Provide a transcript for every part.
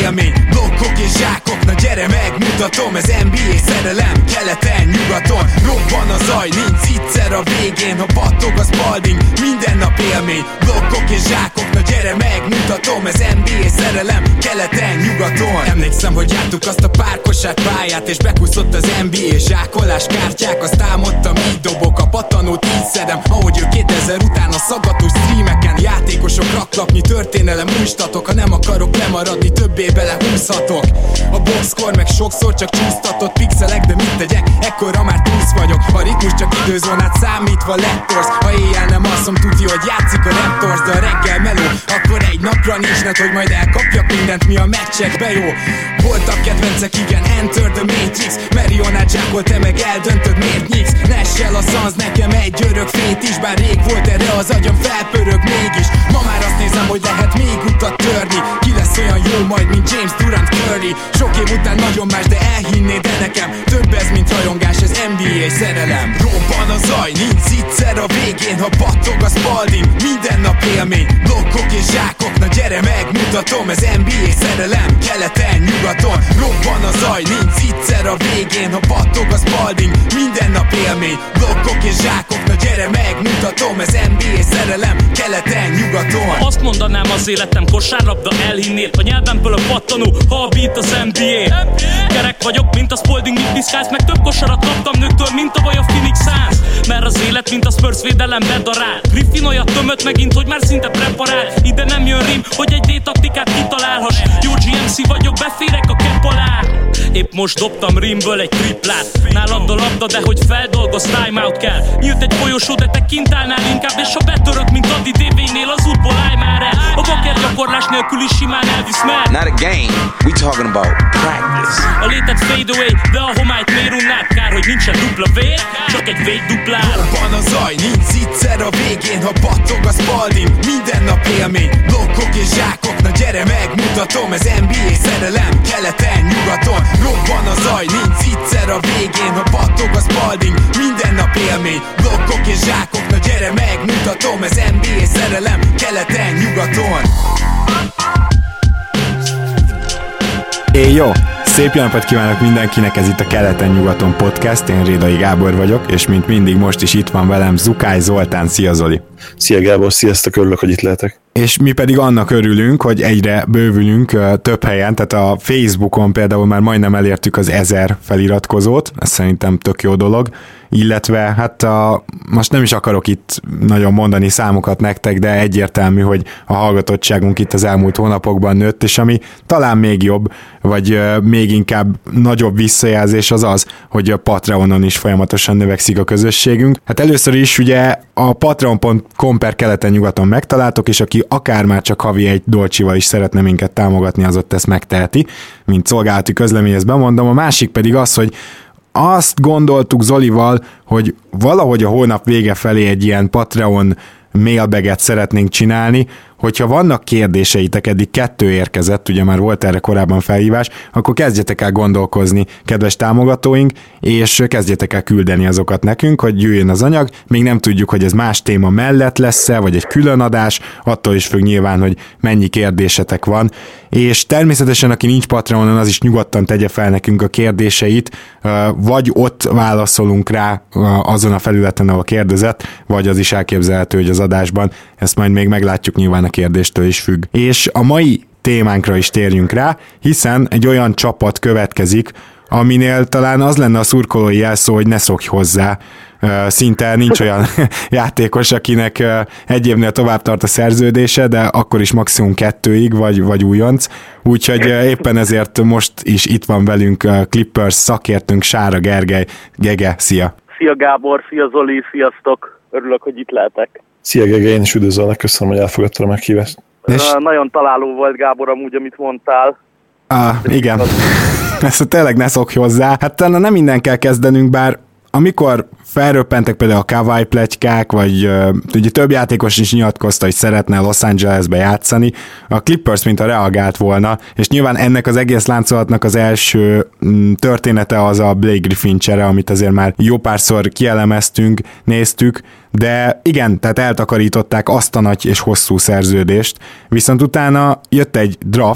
élmény, blokkok és zsákok, na gyere megmutatom, ez NBA szerelem, keleten, nyugaton, robban a zaj, nincs egyszer a végén, ha battog a Spalding, minden nap élmény, blokkok és zsákok, na gyere megmutatom, ez NBA szerelem, keleten, nyugaton. Emlékszem, hogy jártuk azt a párkosát pályát, és bekúszott az NBA zsákolás kártyák, azt támadtam, így dobok a pattanót, így szedem, ahogy ő 2000 után a szaggatós streameken, játékosok raklapnyi történelem újstatok, ha nem akarok lemaradni, többé belehúzhatok. A boxkor meg sokszor csak csúsztatott pixelek, de mit tegyek, ekkora már túsz vagyok, a ritmus csak időzónát számítva lettorsz, ha éjjel nem alszom, tudja, hogy játszik a Raptors, de a reggel meló, akkor egy napra nincs net, hogy majd elkapjak mindent, mi a meccsekbe jó. Voltak kedvencek, igen, Enter the Matrix, Marionát zsákol, te meg eldöntöd, miért nyíksz. Nessel a szansz, nekem egy örök fét is, bár rég volt erre az agyam, felpörög mégis. Ma már azt nézem, hogy lehet még utat törni, ki lesz olyan jó majd, mint James Durant Curry. Sok év után nagyon más, de elhinnéd, de nekem több ez, mint rajongás, ez NBA szerelem. Robban a zaj, nincs egyszer a végén, ha battog a Spalding, minden nap élmény, blokkok és zsákok, na gyere megmutatom, ez NBA szerelem, keleten, nyugaton, robban a zaj, nincs egyszer a végén, ha battog a Spalding, minden nap élmény, blokkok és zsákok, na gyere megmutatom, ez NBA szerelem, keleten, nyugaton. Azt mondanám, az életem kosárlabda, elhinnéd, a nyelvemből a pattanó, ha a beat az NBA. Kerek vagyok, mint a Spalding, mit piszkálsz, meg több kosarat kaptam nőktől, mint tavaly a Phoenix Suns. Mert az élet, mint a Spurs védelem bedarál. Griffin olyat tömött megint, hogy már szinte preparál. Ide nem jön rim, hogy egy D-taktikát kitalálhass. Jó GMC vagyok, beférek a kepp alá. Épp most dobtam rimből egy triplát. Nálad a labda, de hogy feldolgoz, timeout kell. Nyílt egy folyosó, de te kint állnál inkább, és ha betörök, mint Adi DV-nél, az útból állj már el. A baker gyakorlás nélkül is simán elvisz meg. Not a game, we talking about practice. A létet fade away, de a homályt miért unnád? Kár, hogy nincsen dupla V, csak egy V duplál. Robban a zaj, nincs egyszer a végén, ha battog a Spalding, minden nap élmény, blokkok és zsákok, na gyere megmutatom, ez NBA szerelem, keleten, nyugaton. Robban a zaj, nincs egyszer a végén, ha battog a Spalding, minden nap élmény, blokkok és zsákok, na gyere megmutatom, ez NBA szerelem, keleten, nyugaton. Jó! Szép jó napot kívánok mindenkinek, ez itt a Keleten-nyugaton podcast, én Rédai Gábor vagyok, és mint mindig most is itt van velem Zukály Zoltán. Szia Zoli! Szia Gábor, sziasztok, örülök, hogy itt lehetek. És mi pedig annak örülünk, hogy egyre bővülünk több helyen, tehát a Facebookon például már majdnem elértük az 1000 feliratkozót, ez szerintem tök jó dolog, illetve hát most nem is akarok itt nagyon mondani számokat nektek, de egyértelmű, hogy a hallgatottságunk itt az elmúlt hónapokban nőtt, és ami talán még jobb, vagy még inkább nagyobb visszajelzés az, hogy a Patreonon is folyamatosan növekszik a közösségünk. Hát először is ugye a patreon.com/keleten-nyugaton megtaláltok, és aki akár már csak havi egy dolcsival is szeretne minket támogatni, az ott ezt megteheti, mint szolgálati közlemény, ezt bemondom. A másik pedig az, hogy azt gondoltuk Zolival, hogy valahogy a hónap vége felé egy ilyen Patreon mailbaget szeretnénk csinálni, hogyha vannak kérdéseitek, eddig 2 érkezett, ugye már volt erre korábban felhívás, akkor kezdjetek el gondolkozni, kedves támogatóink, és kezdjetek el küldeni azokat nekünk, hogy jöjjön az anyag. Még nem tudjuk, hogy ez más téma mellett lesz-e, vagy egy külön adás, attól is függ nyilván, hogy mennyi kérdésetek van. És természetesen, aki nincs Patreonon, az is nyugodtan tegye fel nekünk a kérdéseit, vagy ott válaszolunk rá azon a felületen, ahol kérdezett, vagy az is elképzelhető, hogy az adásban, ezt majd még meglátjuk, nyilván a kérdéstől is függ. És a mai témánkra is térjünk rá, hiszen egy olyan csapat következik, aminél talán az lenne a szurkolói jelszó, hogy ne szokj hozzá. Szinte nincs olyan játékos, akinek egy évnél tovább tart a szerződése, de akkor is maximum 2-ig, vagy újonc. Úgyhogy éppen ezért most is itt van velünk Clippers szakértőnk, Sára Gergely. Gege, szia! Szia Gábor, szia Zoli, sziasztok! Örülök, hogy itt lehetek. Szia Gege, én is üdvözöllek, köszönöm, hogy elfogadtad a meghívást. Nagyon találó volt, Gábor, amúgy, amit mondtál. Igen. Ezt tényleg ne szokj hozzá. Hát talán nem minden kell kezdenünk, bár amikor felröppentek például a Kawhi pletykák, vagy ugye több játékos is nyilatkozta, hogy szeretne Los Angelesbe játszani, a Clippers mintha reagált volna, és nyilván ennek az egész láncolatnak az első története az a Blake Griffin csere, amit azért már jó párszor kielemeztünk, néztük, de igen, tehát eltakarították azt a nagy és hosszú szerződést, viszont utána jött egy draft,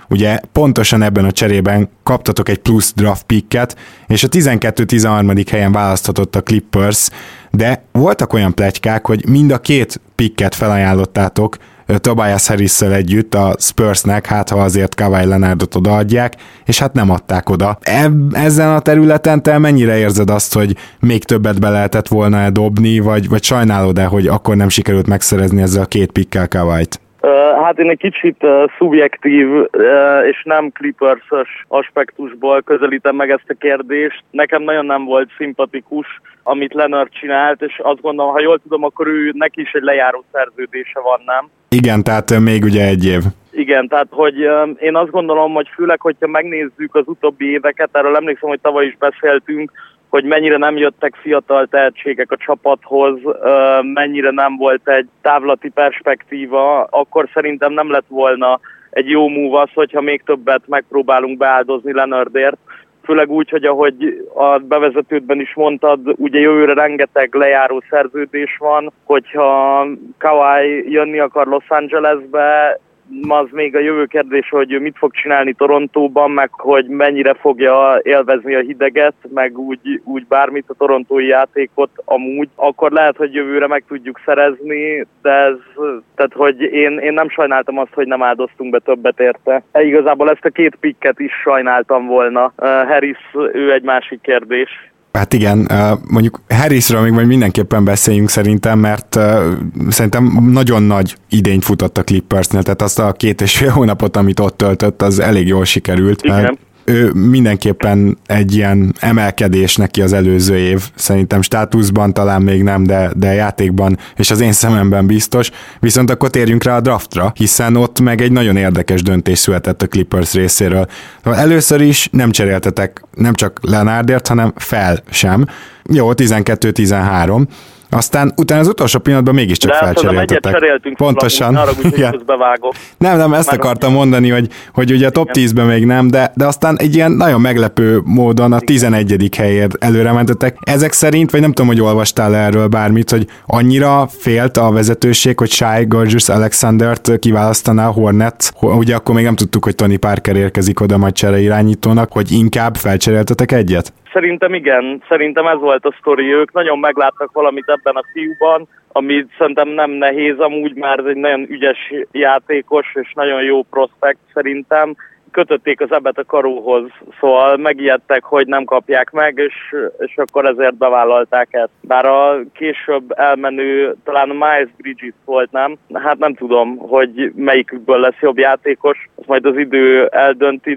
ugye pontosan ebben a cserében kaptatok egy plusz draft picket, és a 12-13. helyen választhatott a Clippers, de voltak olyan pletykák, hogy mind a két picket felajánlottátok Tobias Harris-szel együtt a Spursnek, hát ha azért Kawhi Leonardot odaadják, és hát nem adták oda. Ezen a területen te mennyire érzed azt, hogy még többet be lehetett volna dobni, vagy sajnálod-e, hogy akkor nem sikerült megszerezni ezzel a két pickkel Kawhi-t? Hát én egy kicsit szubjektív és nem Clippers-ös aspektusból közelítem meg ezt a kérdést. Nekem nagyon nem volt szimpatikus, amit Leonard csinált, és azt gondolom, ha jól tudom, akkor neki is egy lejáró szerződése van, nem? Igen, tehát még ugye egy év. Igen, tehát hogy én azt gondolom, hogy főleg, hogyha megnézzük az utóbbi éveket, erről emlékszem, hogy tavaly is beszéltünk, hogy mennyire nem jöttek fiatal tehetségek a csapathoz, mennyire nem volt egy távlati perspektíva, akkor szerintem nem lett volna egy jó move az, hogyha még többet megpróbálunk beáldozni Leonardért. Főleg úgy, hogy ahogy a bevezetődben is mondtad, ugye jövőre rengeteg lejáró szerződés van, hogyha Kawhi jönni akar Los Angelesbe, az még a jövő kérdés, hogy ő mit fog csinálni Torontóban, meg hogy mennyire fogja élvezni a hideget, meg úgy bármit a torontói játékot amúgy, akkor lehet, hogy jövőre meg tudjuk szerezni, de tehát hogy én nem sajnáltam azt, hogy nem áldoztunk be többet érte. Igazából ezt a két picket is sajnáltam volna. Harris, ő egy másik kérdés. Hát igen, mondjuk Harrisről még majd mindenképpen beszéljünk szerintem, mert szerintem nagyon nagy idényt futott a Clippersnél, tehát azt a 2,5 hónapot, amit ott töltött, az elég jól sikerült. Igen. Ő mindenképpen egy ilyen emelkedés neki az előző év, szerintem státuszban talán még nem, de játékban, és az én szememben biztos. Viszont akkor térjünk rá a draftra, hiszen ott meg egy nagyon érdekes döntés született a Clippers részéről. Először is nem cseréltetek nem csak Leonardért, hanem fel sem. Jó, 12-13. Aztán utána az utolsó pillanatban mégiscsak felcseréltetek. Pontosan. Nem, ezt akartam mondani, hogy ugye a top 10-ben még nem, de aztán egy ilyen nagyon meglepő módon a 11. helyért előre mentetek. Ezek szerint, vagy nem tudom, hogy olvastál erről bármit, hogy annyira félt a vezetőség, hogy Shai Gilgeous-Alexandert kiválasztaná a Hornets, ugye akkor még nem tudtuk, hogy Tony Parker érkezik oda majd csereirányítónak, hogy inkább felcseréltetek egyet? Szerintem igen, szerintem ez volt a sztori. Ők nagyon megláttak valamit ebben a fiúban, amit szerintem nem nehéz, amúgy már egy nagyon ügyes játékos, és nagyon jó prospekt szerintem. Kötötték az ebet a karóhoz, szóval megijedtek, hogy nem kapják meg, és akkor ezért bevállalták ezt. Bár a később elmenő, talán Miles Bridges volt, nem? Hát nem tudom, hogy melyikükből lesz jobb játékos, azt majd az idő eldönti,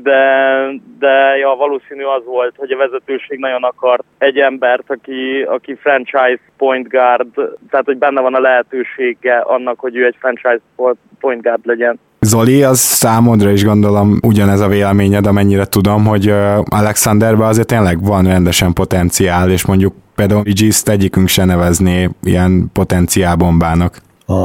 de ja, valószínű az volt, hogy a vezetőség nagyon akart egy embert, aki franchise point guard, tehát hogy benne van a lehetősége annak, hogy ő egy franchise point guard legyen. Zoli, az számodra is gondolom ugyanez a véleményed, amennyire tudom, hogy Alexanderben azért tényleg van rendesen potenciál, és mondjuk például Bridges-t egyikünk se nevezné ilyen potenciálbombának.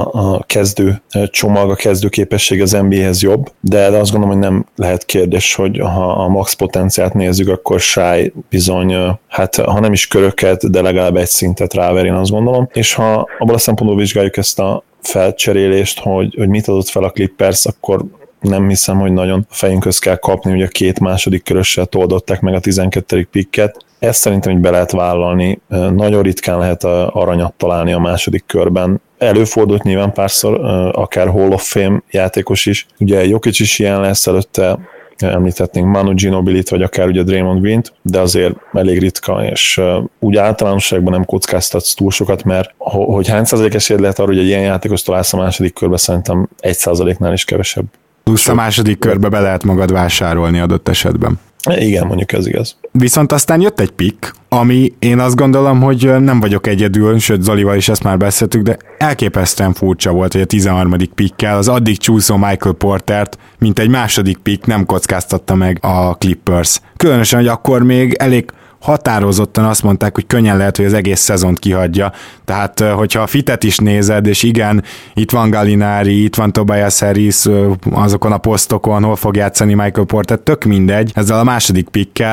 A kezdő csomag, a kezdő képesség az NBA-hez jobb, de azt gondolom, hogy nem lehet kérdés, hogy ha a max potenciált nézzük, akkor Shai bizony, hát ha nem is köröket, de legalább egy szintet ráver, én azt gondolom. És ha abban a szempontból vizsgáljuk ezt a felcserélést, hogy mit adott fel a Clippers, akkor nem hiszem, hogy nagyon a fejünk közt kell kapni, hogy a 2 második körössel toldották meg a 12. picket. Ezt szerintem így be lehet vállalni. Nagyon ritkán lehet aranyat találni a második körben. Előfordult nyilván párszor, akár Hall of Fame játékos is. Ugye Jokic is ilyen lesz, előtte említhetnénk Manu Ginobilit, vagy akár ugye Draymond Greent, de azért elég ritka, és úgy általánosságban nem kockáztatsz túl sokat, mert hogy hány százalékos lehet arra, hogy egy ilyen játékos találsz a második körbe, szerintem 1%-nál is kevesebb. Plusz a második körbe be lehet magad vásárolni adott esetben. Igen, mondjuk ez igaz. Viszont aztán jött egy pick, ami én azt gondolom, hogy nem vagyok egyedül, sőt Zolival is ezt már beszéltük, de elképesztően furcsa volt, hogy a 13. pickkel az addig csúszó Michael Portert, mint egy második pick nem kockáztatta meg a Clippers. Különösen, hogy akkor még elég határozottan azt mondták, hogy könnyen lehet, hogy az egész szezont kihagyja. Tehát, hogyha a fitet is nézed, és igen, itt van Gallinari, itt van Tobias Harris, azokon a posztokon, hol fog játszani Michael Porter, tök mindegy. Ezzel a második pickkel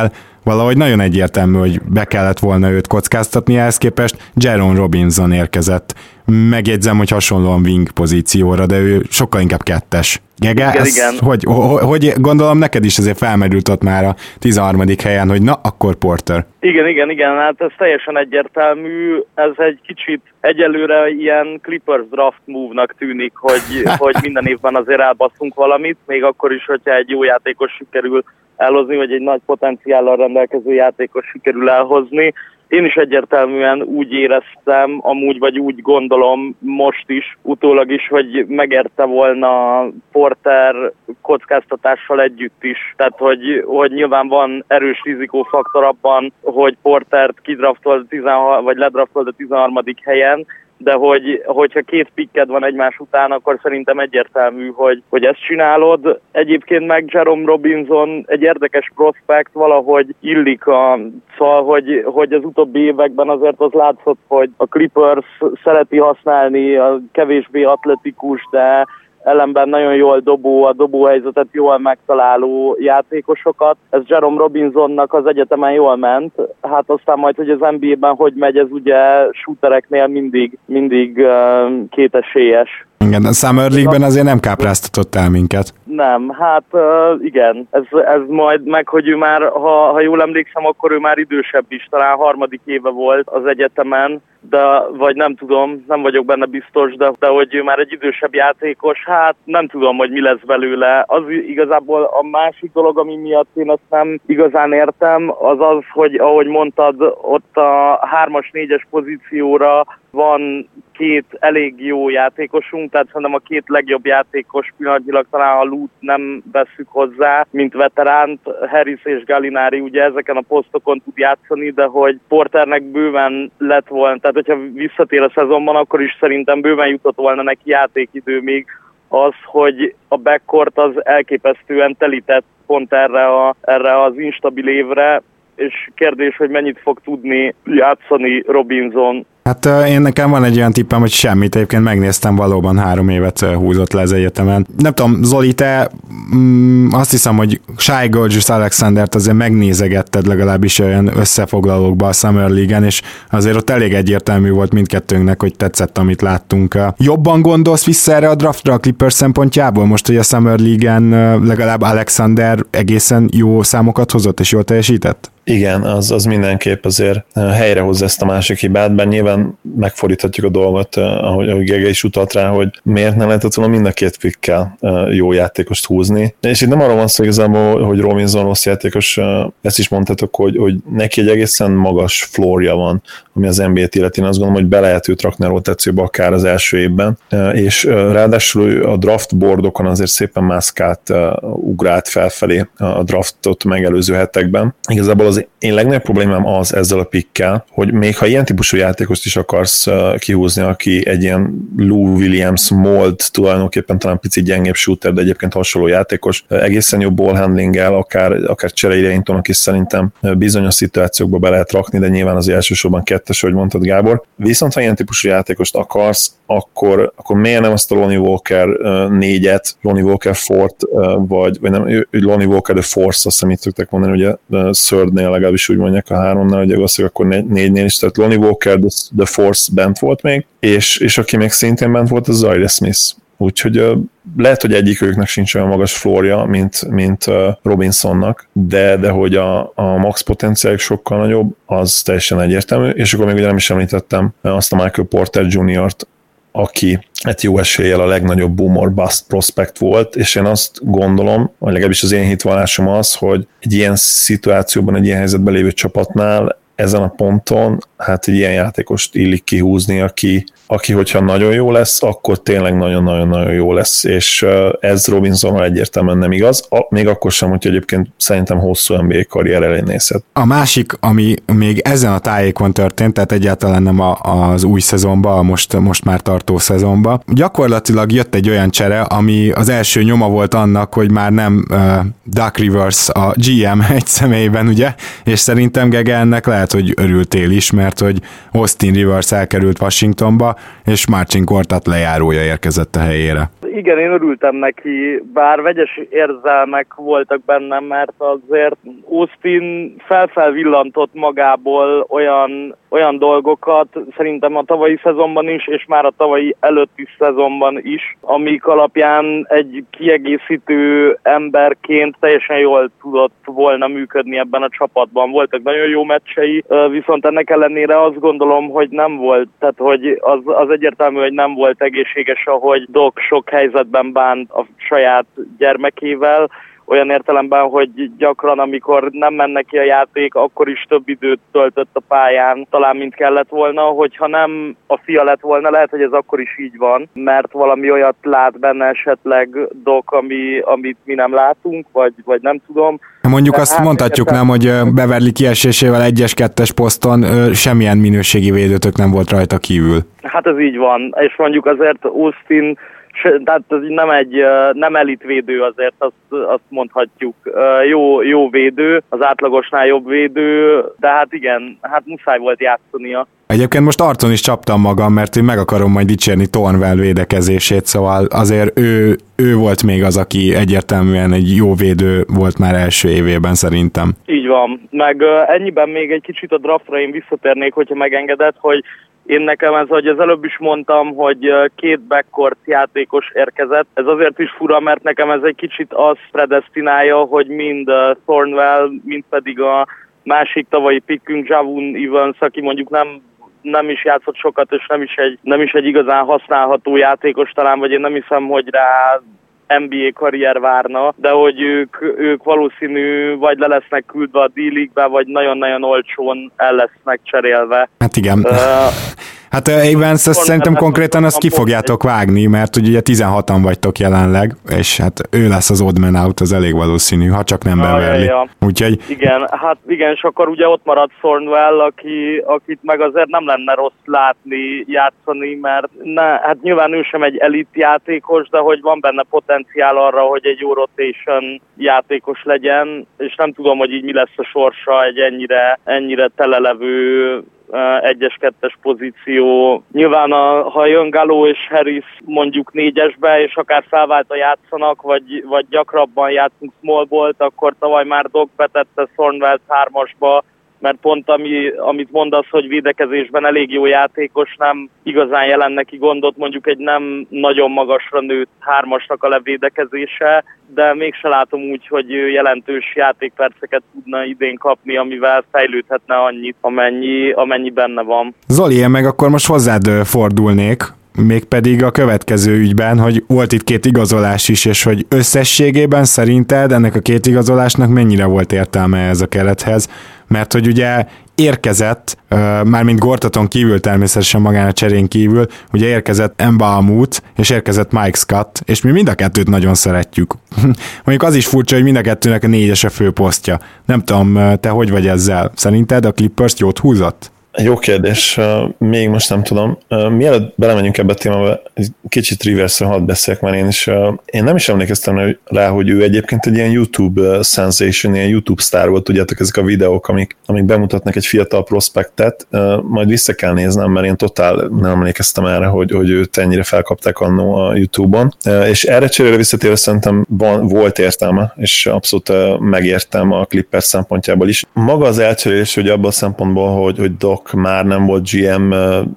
valahogy nagyon egyértelmű, hogy be kellett volna őt kockáztatni, ehhez képest Jerome Robinson érkezett. Megjegyzem, hogy hasonlóan wing pozícióra, de ő sokkal inkább kettes. Gege, igen. Hogy gondolom neked is azért felmerült ott már a 13. helyen, hogy na, akkor Porter. Igen, hát ez teljesen egyértelmű, ez egy kicsit egyelőre ilyen Clippers draft move-nak tűnik, hogy minden évben azért elbasszunk valamit, még akkor is, hogyha egy jó játékos sikerül elhozni, vagy egy nagy potenciállal rendelkező játékos sikerül elhozni. Én is egyértelműen úgy éreztem, amúgy vagy úgy gondolom most is, utólag is, hogy megérte volna Porter kockáztatással együtt is. Tehát, hogy nyilván van erős rizikófaktor abban, hogy Portert ledraftold a 13. helyen, de hogyha két pikked van egymás után, akkor szerintem egyértelmű, hogy ezt csinálod. Egyébként meg Jerome Robinson egy érdekes prospekt, valahogy illik szóval, hogy az utóbbi években azért az látszott, hogy a Clippers szereti használni a kevésbé atletikus, de ellenben nagyon jól a dobóhelyzetet jól megtaláló játékosokat. Ez Jerome Robinsonnak az egyetemen jól ment, hát aztán majd, hogy az NBA-ben hogy megy, ez ugye shootereknél mindig kétesélyes. Igen, a Summer League-ben azért nem kápráztatott el minket. Nem, hát igen, ez majd meg, hogy ő már, ha jól emlékszem, akkor ő már idősebb is, talán 3. éve volt az egyetemen, de vagy nem tudom, nem vagyok benne biztos, de hogy ő már egy idősebb játékos, hát nem tudom, hogy mi lesz belőle. Az igazából a másik dolog, ami miatt én ezt nem igazán értem, az, hogy ahogy mondtad, ott a 3-as, 4-es pozícióra van két elég jó játékosunk, tehát szerintem a két legjobb játékos pillanatnyilag talán a Lut nem vesszük hozzá, mint veteránt, Harris és Gallinari ugye ezeken a posztokon tud játszani, de hogy Porternek bőven lett volna, tehát hogyha visszatér a szezonban, akkor is szerintem bőven jutott volna neki játékidő, még az, hogy a backcourt az elképesztően telített pont erre az instabil évre, és kérdés, hogy mennyit fog tudni játszani Robinson. Hát nekem van egy olyan tippem, hogy semmit, egyébként megnéztem, valóban 3 évet húzott le az egyetemen. Nem tudom, Zoli, te azt hiszem, hogy Shai Gilgeous-Alexandert azért megnézegetted legalábbis olyan összefoglalókba a Summer League-en, és azért ott elég egyértelmű volt mindkettőnknek, hogy tetszett, amit láttunk. Jobban gondolsz vissza erre a draftra a Clippers szempontjából? Most, hogy a Summer League-en legalább Alexander egészen jó számokat hozott és jól teljesített? Igen, az mindenképp azért helyrehozza ezt a másik hibát, bár nyilván megfordíthatjuk a dolgot, ahogy Gege is utalt rá, hogy miért nem lehetett volna mind a két pickkel jó játékost húzni. És itt nem arról van szó igazából, hogy Robinson rossz játékos, ezt is mondhatok, hogy neki egy egészen magas floorja van, ami az NBA-t illeti. Én azt gondolom, hogy be lehet őt rakni a rotációba akár az első évben, és ráadásul a draft boardokon azért szépen mászkált, ugrált felfelé a draftot megelőző hetekben. Igazából az én legnagyobb problémám az ezzel a pickkel, hogy még ha ilyen típusú játékost is akarsz kihúzni, aki egy ilyen Lou Williams mold, tulajdonképpen talán picit gyengébb shooter, de egyébként hasonló játékos, egészen jobb ball handlinggel, akár csereirányítónak is szerintem bizonyos szituációkba be lehet rakni, de nyilván az elsősorban kettes, ahogy mondtad, Gábor. Viszont ha ilyen típusú játékost akarsz, akkor miért nem azt a Lonnie Walker 4-et, Lonnie Walker 4-t, vagy nem, Lonnie Walker the Force, azt hiszem itt tudták mondani, ugye Thirdnél legalábbis úgy mondják a 3-nál, hogy valószínűleg akkor 4-nél is, tehát Lonnie Walker the Force bent volt még, és aki még szintén bent volt, az Zaire Smith. Úgyhogy lehet, hogy egyikőknek sincs olyan magas floorja, mint Robinsonnak, de hogy a max potenciáljuk sokkal nagyobb, az teljesen egyértelmű, és akkor még ugye nem is említettem azt a Michael Porter Jr.-t, aki egy jó eséllyel a legnagyobb boom or bust prospect volt, és én azt gondolom, vagy legalábbis az én hitvallásom az, hogy egy ilyen szituációban, egy ilyen helyzetben lévő csapatnál ezen a ponton, hát egy ilyen játékost illik kihúzni, aki hogyha nagyon jó lesz, akkor tényleg nagyon-nagyon-nagyon jó lesz, és ez Robinsonnal egyértelműen nem igaz, még akkor sem, hogy egyébként szerintem hosszú NBA karrier elé nézhet. A másik, ami még ezen a tájékon történt, tehát egyáltalán nem az új szezonban, most már tartó szezonban, gyakorlatilag jött egy olyan csere, ami az első nyoma volt annak, hogy már nem Doc Rivers a GM egy személyben, ugye, és szerintem Gege ennek lehet, hogy örültél is, mert hogy Austin Rivers elkerült Washingtonba, és Marcin Gortat lejárója érkezett a helyére. Igen, én örültem neki, bár vegyes érzelmek voltak bennem, mert azért Austin felvillantott magából olyan dolgokat, szerintem a tavalyi szezonban is, és már a tavalyi előtti szezonban is, amik alapján egy kiegészítő emberként teljesen jól tudott volna működni ebben a csapatban. Voltak nagyon jó meccsei, viszont ennek ellenére azt gondolom, hogy nem volt, tehát hogy az egyértelmű, hogy nem volt egészséges, ahogy Doc sok helyzetben bánt a saját gyermekével, olyan értelemben, hogy gyakran, amikor nem menne ki a játék, akkor is több időt töltött a pályán, talán mint kellett volna, hogyha nem a fia lett volna, lehet, hogy ez akkor is így van, mert valami olyat lát benne esetleg Doc, amit mi nem látunk, vagy nem tudom. Mondjuk azt mondhatjuk nem, hogy Beverly kiesésével 1-es, 2-es poszton semmilyen minőségi védőtök nem volt rajta kívül. Hát ez így van, és mondjuk azért Austin, tehát ez nem elitvédő azért, azt mondhatjuk. Jó védő, az átlagosnál jobb védő, de hát igen, hát muszáj volt játszania. Egyébként most arcon is csaptam magam, mert én meg akarom majd dicsérni Thornwell védekezését, szóval azért ő volt még az, aki egyértelműen egy jó védő volt már első évében szerintem. Így van, meg ennyiben még egy kicsit a draftra én visszatérnék, hogyha megengedett, hogy én nekem ez, hogy az előbb is mondtam, hogy 2 backcourt játékos érkezett. Ez azért is fura, mert nekem ez egy kicsit azt predesztinálja, hogy mind Thornwell, mind pedig a másik tavalyi pickünk, Javon Evans, aki mondjuk nem is játszott sokat, és nem is egy igazán használható játékos talán, vagy én nem hiszem, hogy rá NBA karrier várna, de hogy ők valószínű vagy le lesznek küldve a D-League-be, vagy nagyon-nagyon olcsón el lesznek cserélve. Hát igen. Hát Evans, szerintem konkrétan azt ki fogjátok vágni, mert ugye 16-an vagytok jelenleg, és hát ő lesz az odd man out, az elég valószínű, ha csak nem Beverly. Ja. Úgyhogy... Igen, és akkor ugye ott marad Thornwell, akit meg azért nem lenne rossz látni, játszani, mert hát nyilván ő sem egy elit játékos, de hogy van benne potenciál arra, hogy egy jó rotation játékos legyen, és nem tudom, hogy így mi lesz a sorsa egy ennyire telelevő 1-2-es pozíció. Nyilván ha jön Gallo és Harris mondjuk 4-esbe, és akár felváltva játszanak, vagy gyakrabban játszunk small ballt, akkor tavaly már Doc betette Thornwell 3-asba, mert pont amit mondasz, hogy védekezésben elég jó játékos, nem igazán jelent neki gondot, mondjuk egy nem nagyon magasra nőtt 3-asnak a levédekezése, de mégse látom úgy, hogy jelentős játékperceket tudna idén kapni, amivel fejlődhetne annyit, amennyi benne van. Zoli, én meg akkor most hozzád fordulnék, mégpedig a következő ügyben, hogy volt itt 2 igazolás is, és hogy összességében szerinted ennek a 2 igazolásnak mennyire volt értelme ez a kerethez, mert hogy ugye érkezett, mármint Gortaton kívül természetesen magán a cserén kívül, ugye érkezett Mbamut, és érkezett Mike Scott, és mi mind a kettőt nagyon szeretjük. Mondjuk az is furcsa, hogy mind a kettőnek a 4-es a főposztja. Nem tudom, te hogy vagy ezzel? Szerinted a Clippers jót húzott? Jó kérdés, még most nem tudom. Mielőtt belemegyünk ebbe a témába, kicsit Riversről hadd beszéljek, mert én nem is emlékeztem rá, hogy ő egyébként egy ilyen YouTube sensation, ilyen YouTube sztár volt, tudjátok, ezek a videók, amik bemutatnak egy fiatal prospektet, majd vissza kell néznem, mert én totál nem emlékeztem erre, hogy őt ennyire felkapták annó a YouTube-on, és erre cserélre visszatérve szerintem volt értelme, és abszolút megértem a Clippers szempontjából is. Maga az elcserélés, hogy abban a szempontból, hogy Doc már nem volt GM,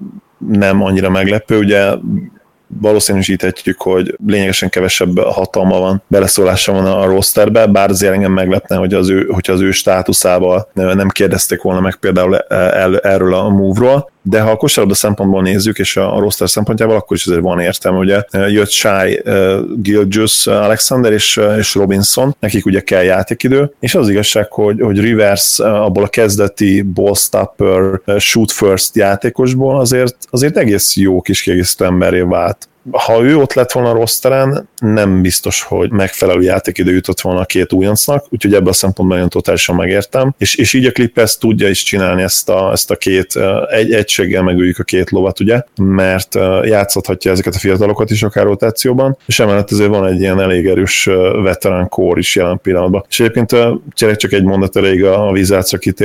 nem annyira meglepő, ugye valószínűsíthetjük, hogy lényegesen kevesebb hatalma van, beleszólása van a rosterbe, bár azért engem meglepne, hogy hogyha az ő státuszával nem kérdezték volna meg például erről a move-ról, de ha a kosárlabda szempontból nézzük, és a roster szempontjából, akkor is azért van értelme, ugye jött Shai Gilgeous-Alexander és Robinson, nekik ugye kell játékidő, és az igazság, hogy Rivers abból a kezdeti ball stopper, shoot first játékosból azért egész jó kis kiegészítő emberré vált. Ha ő ott lett volna a rosteren, nem biztos, hogy megfelelő játékidő jutott volna a 2 újoncnak, úgyhogy ebből a szempontból nagyon totálisan megértem. És így a Clippers tudja is csinálni ezt a 2, egységgel megüljük a 2 lovat, ugye, mert játszhatja ezeket a fiatalokat is akár rotációban, és emellett azért van egy ilyen elég erős veterán core is jelen pillanatban. És egyébként csak egy mondat elég a Wizardsra kitérve,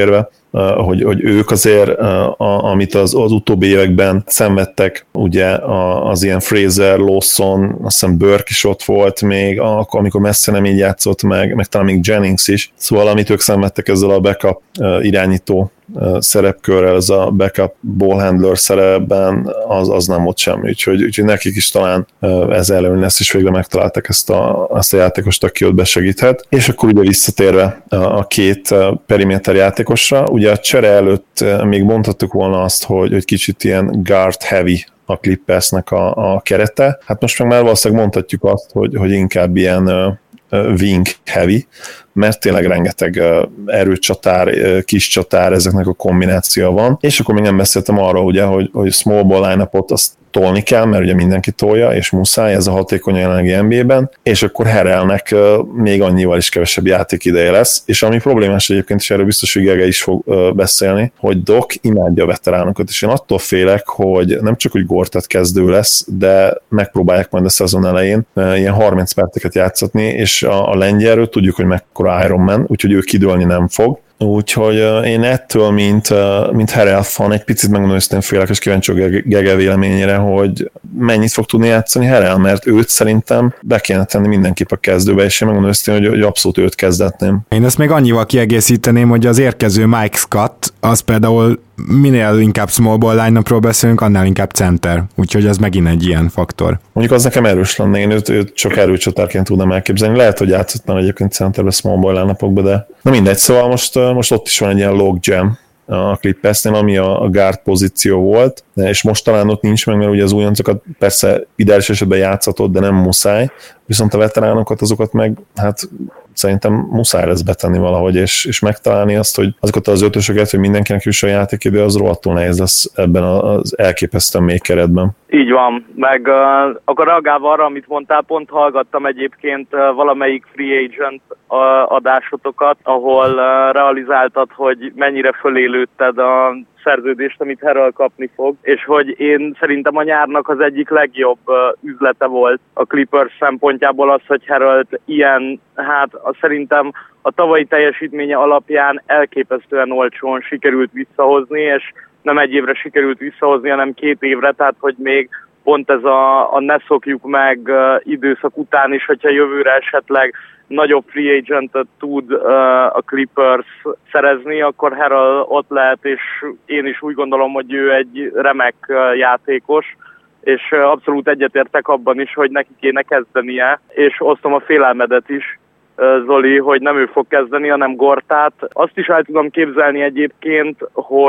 hogy ők azért, amit az utóbbi években szenvedtek, ugye az ilyen Fraser, Lawson, azt hiszem Burke is ott volt még, amikor messze nem így játszott meg talán még Jennings is, szóval amit ők szenvedtek ezzel a backup irányító szerepkörrel, ez a backup ballhandler szerepben, az nem volt semmi, úgyhogy nekik is talán ez előny lesz, és végre megtalálták ezt a játékost, aki ott besegíthet. És akkor ugye visszatérve a két periméter játékosra, ugye a csere előtt még mondhattuk volna azt, hogy kicsit ilyen guard heavy a Clippersnek a kerete, hát most meg már valószínűleg mondhatjuk azt, hogy inkább ilyen wing heavy, mert tényleg rengeteg erőcsatár, kis csatár, ezeknek a kombinációja van, és akkor még nem beszéltem arról, ugye, hogy small ball line-upot azt tolni kell, mert ugye mindenki tolja, és muszáj, ez a hatékony jelenlegi NBA-ben, és akkor Harrellnek még annyival is kevesebb játékideje lesz, és ami problémás egyébként, és erről biztos, hogy Gege is fog beszélni, hogy Doc imádja a veteránokat, és én attól félek, hogy nem csak, hogy Gortat kezdő lesz, de megpróbálják majd a szezon elején ilyen 30 perceket játszatni, és a lengyelről tudjuk, hogy mekkora Iron Man, úgyhogy ő kidőlni nem fog. Úgyhogy én ettől, mint Harrell fan, egy picit megmondom őszintén félek, és kíváncsi a Gege véleményére, hogy mennyit fog tudni játszani Harrell, mert őt szerintem be kéne tenni mindenképp a kezdőbe, és én megmondom őszintén, hogy abszolút őt kezdetném. Én ezt még annyival kiegészíteném, hogy az érkező Mike Scott, az például minél inkább small ball line-upról beszélünk, annál inkább center, úgyhogy ez megint egy ilyen faktor. Mondjuk az nekem erős lenne, én őt csak erőcsatárként tudnám elképzelni. Lehet, hogy játszhatnám egyébként centerbe small ball line-upokba, de na mindegy, szóval most ott is van egy ilyen log jam a Clippersnél, ami a guard pozíció volt, és most talán ott nincs meg, mert ugye az újoncokat persze ideális esetben játszhatod, de nem muszáj, viszont a veteránokat, azokat meg hát szerintem muszáj lesz betenni valahogy, és megtalálni azt, hogy azokat az ötösöket, hogy mindenkinek jusson a játékidő, az rohadtul nehéz lesz ebben az elképesztően mély keretben. Így van, meg akkor reagálva arra, amit mondtál, pont hallgattam egyébként valamelyik free agent adásotokat, ahol realizáltad, hogy mennyire fölélődted a szerződést, amit Harrell kapni fog, és hogy én szerintem a nyárnak az egyik legjobb üzlete volt a Clippers szempontjából az, hogy Harrellt ilyen, hát szerintem a tavalyi teljesítménye alapján elképesztően olcsón sikerült visszahozni, és nem egy évre sikerült visszahozni, hanem 2 évre, tehát hogy még pont ez a ne szokjuk meg időszak után is, hogyha jövőre esetleg nagyobb free agentet tud a Clippers szerezni, akkor Harrell ott lehet, és én is úgy gondolom, hogy ő egy remek játékos, és abszolút egyetértek abban is, hogy neki kéne kezdenie, és osztom a félelmedet is, Zoli, hogy nem ő fog kezdeni, hanem Gortát. Azt is el tudom képzelni egyébként,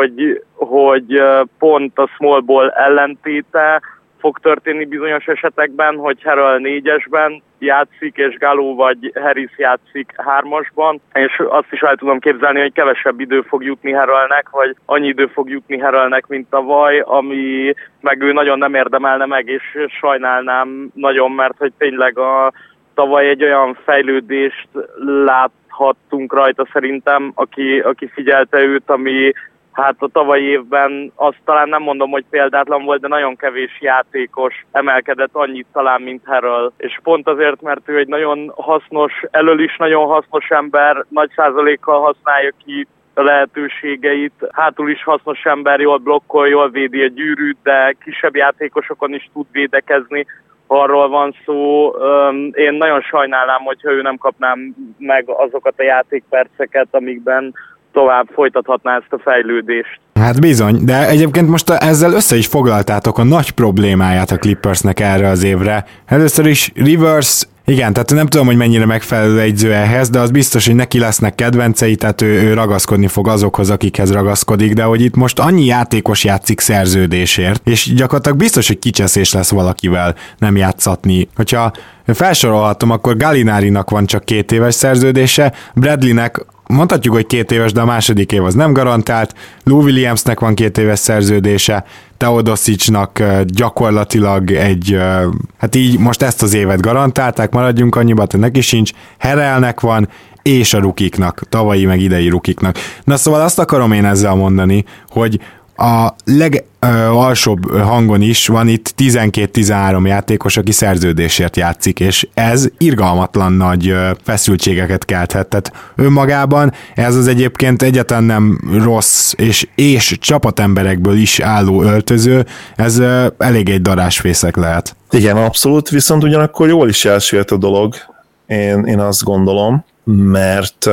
hogy pont a small ball ellentéte fog történni bizonyos esetekben, hogy Harrell 4-esben játszik, és Gallo vagy Harris játszik 3-asban, és azt is el tudom képzelni, hogy kevesebb idő fog jutni Harrellnek, vagy annyi idő fog jutni Harrellnek, mint tavaly, ami meg ő nagyon nem érdemelne meg, és sajnálnám nagyon, mert hogy tényleg tavaly egy olyan fejlődést láthattunk rajta szerintem, aki figyelte őt, ami hát a tavalyi évben azt talán nem mondom, hogy példátlan volt, de nagyon kevés játékos emelkedett annyit talán, mint Harrell. És pont azért, mert ő egy nagyon hasznos, elől is nagyon hasznos ember, nagy százalékkal használja ki a lehetőségeit, hátul is hasznos ember, jól blokkol, jól védi a gyűrűt, de kisebb játékosokon is tud védekezni, arról van szó. Én nagyon sajnálnám, hogyha ő nem kapnám meg azokat a játékperceket, amikben tovább folytathatná ezt a fejlődést. Hát bizony, de egyébként most ezzel össze is foglaltátok a nagy problémáját a Clippersnek erre az évre. Először is Rivers, igen, tehát nem tudom, hogy mennyire megfelelő egyző ehhez, de az biztos, hogy neki lesznek kedvencei, tehát ő ragaszkodni fog azokhoz, akikhez ragaszkodik, de hogy itt most annyi játékos játszik szerződésért, és gyakorlatilag biztos, hogy kicseszés lesz valakivel nem játszatni. Hogyha felsorolhatom, akkor Gallinarinak van csak 2 éves szerződése, Bradleynek mondhatjuk, hogy 2 éves, de a második év az nem garantált, Lou Williamsnek van 2 éves szerződése, Teodosicnak gyakorlatilag hát így most ezt az évet garantálták, maradjunk annyiba, hogy neki sincs, Harrellnek van, és a rukiknak, tavalyi meg idei rukiknak. Na szóval azt akarom én ezzel mondani, hogy a legalsóbb hangon is van itt 12-13 játékos, aki szerződésért játszik, és ez irgalmatlan nagy feszültségeket kelthet. Tehát önmagában ez az egyébként egyáltalán nem rossz, és csapatemberekből is álló öltöző, ez elég egy darásfészek lehet. Igen, abszolút, viszont ugyanakkor jól is elsüllyed a dolog, én azt gondolom, mert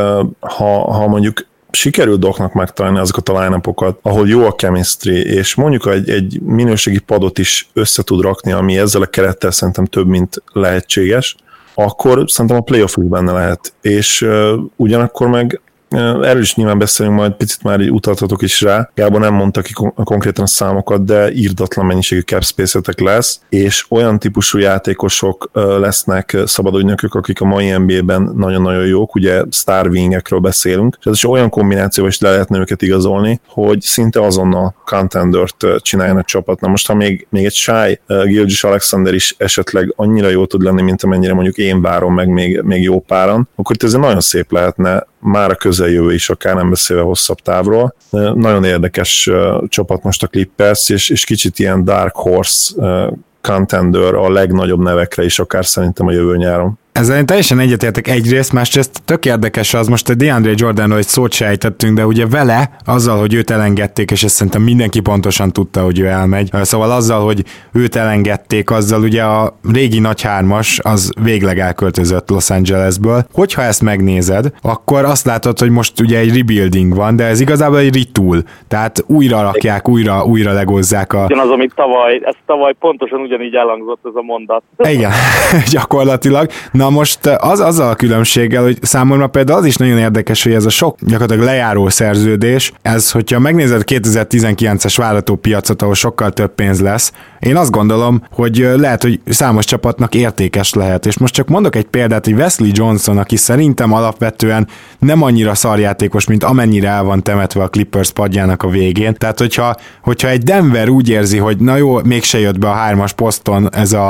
ha mondjuk sikerül Docnak megtalálni azokat a line-upokat, ahol jó a chemistry, és mondjuk egy minőségi padot is össze tud rakni, ami ezzel a kerettel szerintem több, mint lehetséges, akkor szerintem a playoff is benne lehet. És ugyanakkor meg erről is nyilván beszélünk, majd picit már így utaltatok is rá. Gábor nem mondta ki konkrétan a számokat, de írdatlan mennyiségű cap space-etek lesz, és olyan típusú játékosok lesznek szabad ügynökök, akik a mai NBA-ben nagyon-nagyon jók, ugye star wingekről beszélünk, és ez is olyan kombinációval is le lehetne őket igazolni, hogy szinte azonnal contendert csináljon a csapat. Na most, ha még egy Shai Gilgeous-Alexander is esetleg annyira jó tud lenni, mint amennyire mondjuk én várom meg még jó páran, akkor itt ez nagyon szép lehetne már a közeljövő is, akár nem beszélve hosszabb távról. Nagyon érdekes csapat most a Clippers, és kicsit ilyen dark horse contender a legnagyobb nevekre is, akár szerintem a jövő nyáron. Ezzel én teljesen egyetértek egyrészt, másrészt tök érdekes az, most a DeAndre Jordanról egy szót se ejtettünk, de ugye vele, azzal, hogy őt elengedték, és ezt szerintem mindenki pontosan tudta, hogy ő elmegy, szóval azzal, hogy őt elengedték, azzal ugye a régi nagy hármas az végleg elköltözött Los Angelesből. Hogyha ezt megnézed, akkor azt látod, hogy most ugye egy rebuilding van, de ez igazából egy retool, tehát újra rakják, újra legozzák a... Ugyanaz, amit tavaly pontosan ugyanígy elhangzott ez a mondat. Igen, gyakorlatilag. Na most azzal a különbséggel, hogy számomra például az is nagyon érdekes, hogy ez a sok gyakorlatilag lejáró szerződés, ez, hogyha megnézed 2019-es vállatópiacot, ahol sokkal több pénz lesz, én azt gondolom, hogy lehet, hogy számos csapatnak értékes lehet. És most csak mondok egy példát, hogy Wesley Johnson, aki szerintem alapvetően nem annyira szarjátékos, mint amennyire el van temetve a Clippers padjának a végén. Tehát, hogyha egy Denver úgy érzi, hogy na jó, mégse jött be a 3-as poszton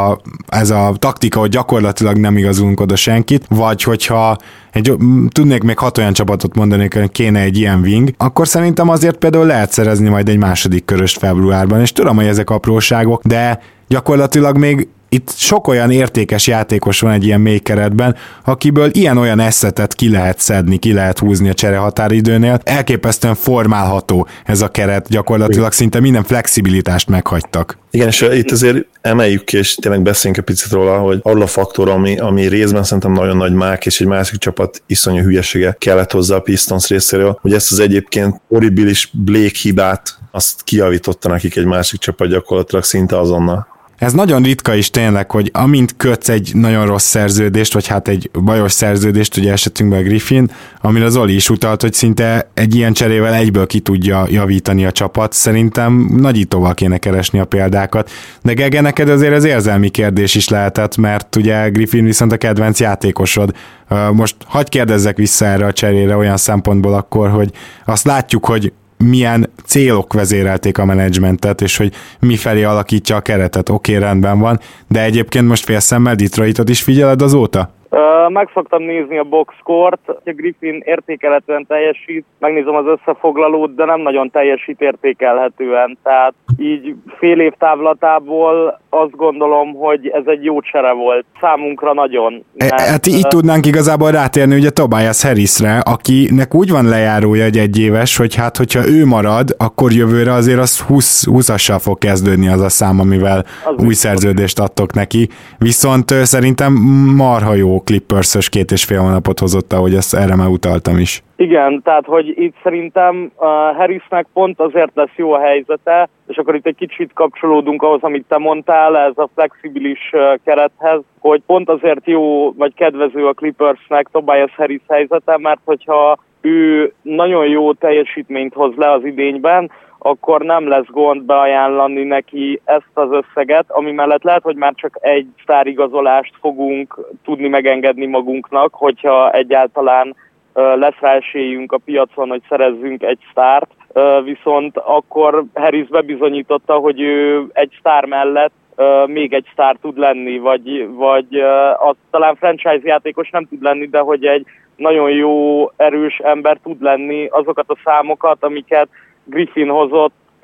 ez a taktika, hogy gyakorlatilag nem igazulunk oda senkit, vagy hogyha tudnék még 6 olyan csapatot mondani, hogy kéne egy ilyen wing, akkor szerintem azért például lehet szerezni majd egy második köröst februárban, és tudom, hogy ezek apróságok, de gyakorlatilag még itt sok olyan értékes játékos van egy ilyen mély keretben, akiből ilyen-olyan eszetet ki lehet szedni, ki lehet húzni a cserehatáridőnél. Elképesztően formálható ez a keret, gyakorlatilag szinte minden flexibilitást meghagytak. Igen, és itt azért emeljük ki, és tényleg beszéljünk egy picit róla, hogy arról a faktor, ami részben szerintem nagyon nagy mák, és egy másik csapat iszonyú hülyesége kellett hozzá a Pistons részéről, hogy ezt az egyébként horribilis Blake hibát, azt kijavította nekik egy másik csapat gyakorlatilag szinte azonnal. Ez nagyon ritka is tényleg, hogy amint kötsz egy nagyon rossz szerződést, vagy hát egy bajos szerződést, ugye esetünkben a Griffin, amire Zoli is utalt, hogy szinte egy ilyen cserével egyből ki tudja javítani a csapat. Szerintem nagyítóval kéne keresni a példákat. De Gege, neked azért az érzelmi kérdés is lehetett, mert ugye Griffin viszont a kedvenc játékosod. Most hadd kérdezzek vissza erre a cserére olyan szempontból akkor, hogy azt látjuk, hogy milyen célok vezérelték a menedzsmentet, és hogy mifelé alakítja a keretet. Oké, rendben van, de egyébként most félszemmel Detroitot is figyeled azóta? Meg szoktam nézni a boxscore-t, a Griffin értékelhetően teljesít, megnézem az összefoglalót, de nem nagyon teljesít értékelhetően, tehát így fél év távlatából azt gondolom, hogy ez egy jó csere volt számunkra nagyon. Hát így tudnánk igazából rátérni ugye Tobias Harrisre, akinek úgy van lejárója egy egyéves, hogy hát hogyha ő marad, akkor jövőre azért az 20-assal fog kezdődni az a szám, amivel az új szerződést adtok neki. Viszont szerintem marha jó Clippers-ös 2,5 hónapot hozott, ahogy ezt erre már utaltam is. Igen, tehát hogy itt szerintem Harrisnek pont azért lesz jó a helyzete, és akkor itt egy kicsit kapcsolódunk ahhoz, amit te mondtál, ez a flexibilis kerethez, hogy pont azért jó vagy kedvező a Clippersnek Tobias Harris helyzete, mert hogyha ő nagyon jó teljesítményt hoz le az idényben, akkor nem lesz gond beajánlani neki ezt az összeget, ami mellett lehet, hogy már csak egy sztárigazolást fogunk tudni megengedni magunknak, hogyha egyáltalán lesz rá esélyünk a piacon, hogy szerezzünk egy sztárt, viszont akkor Harris bebizonyította, hogy ő egy sztár mellett még egy sztár tud lenni, vagy az talán franchise játékos nem tud lenni, de hogy egy nagyon jó, erős ember tud lenni, azokat a számokat, amiket Griffin hozott,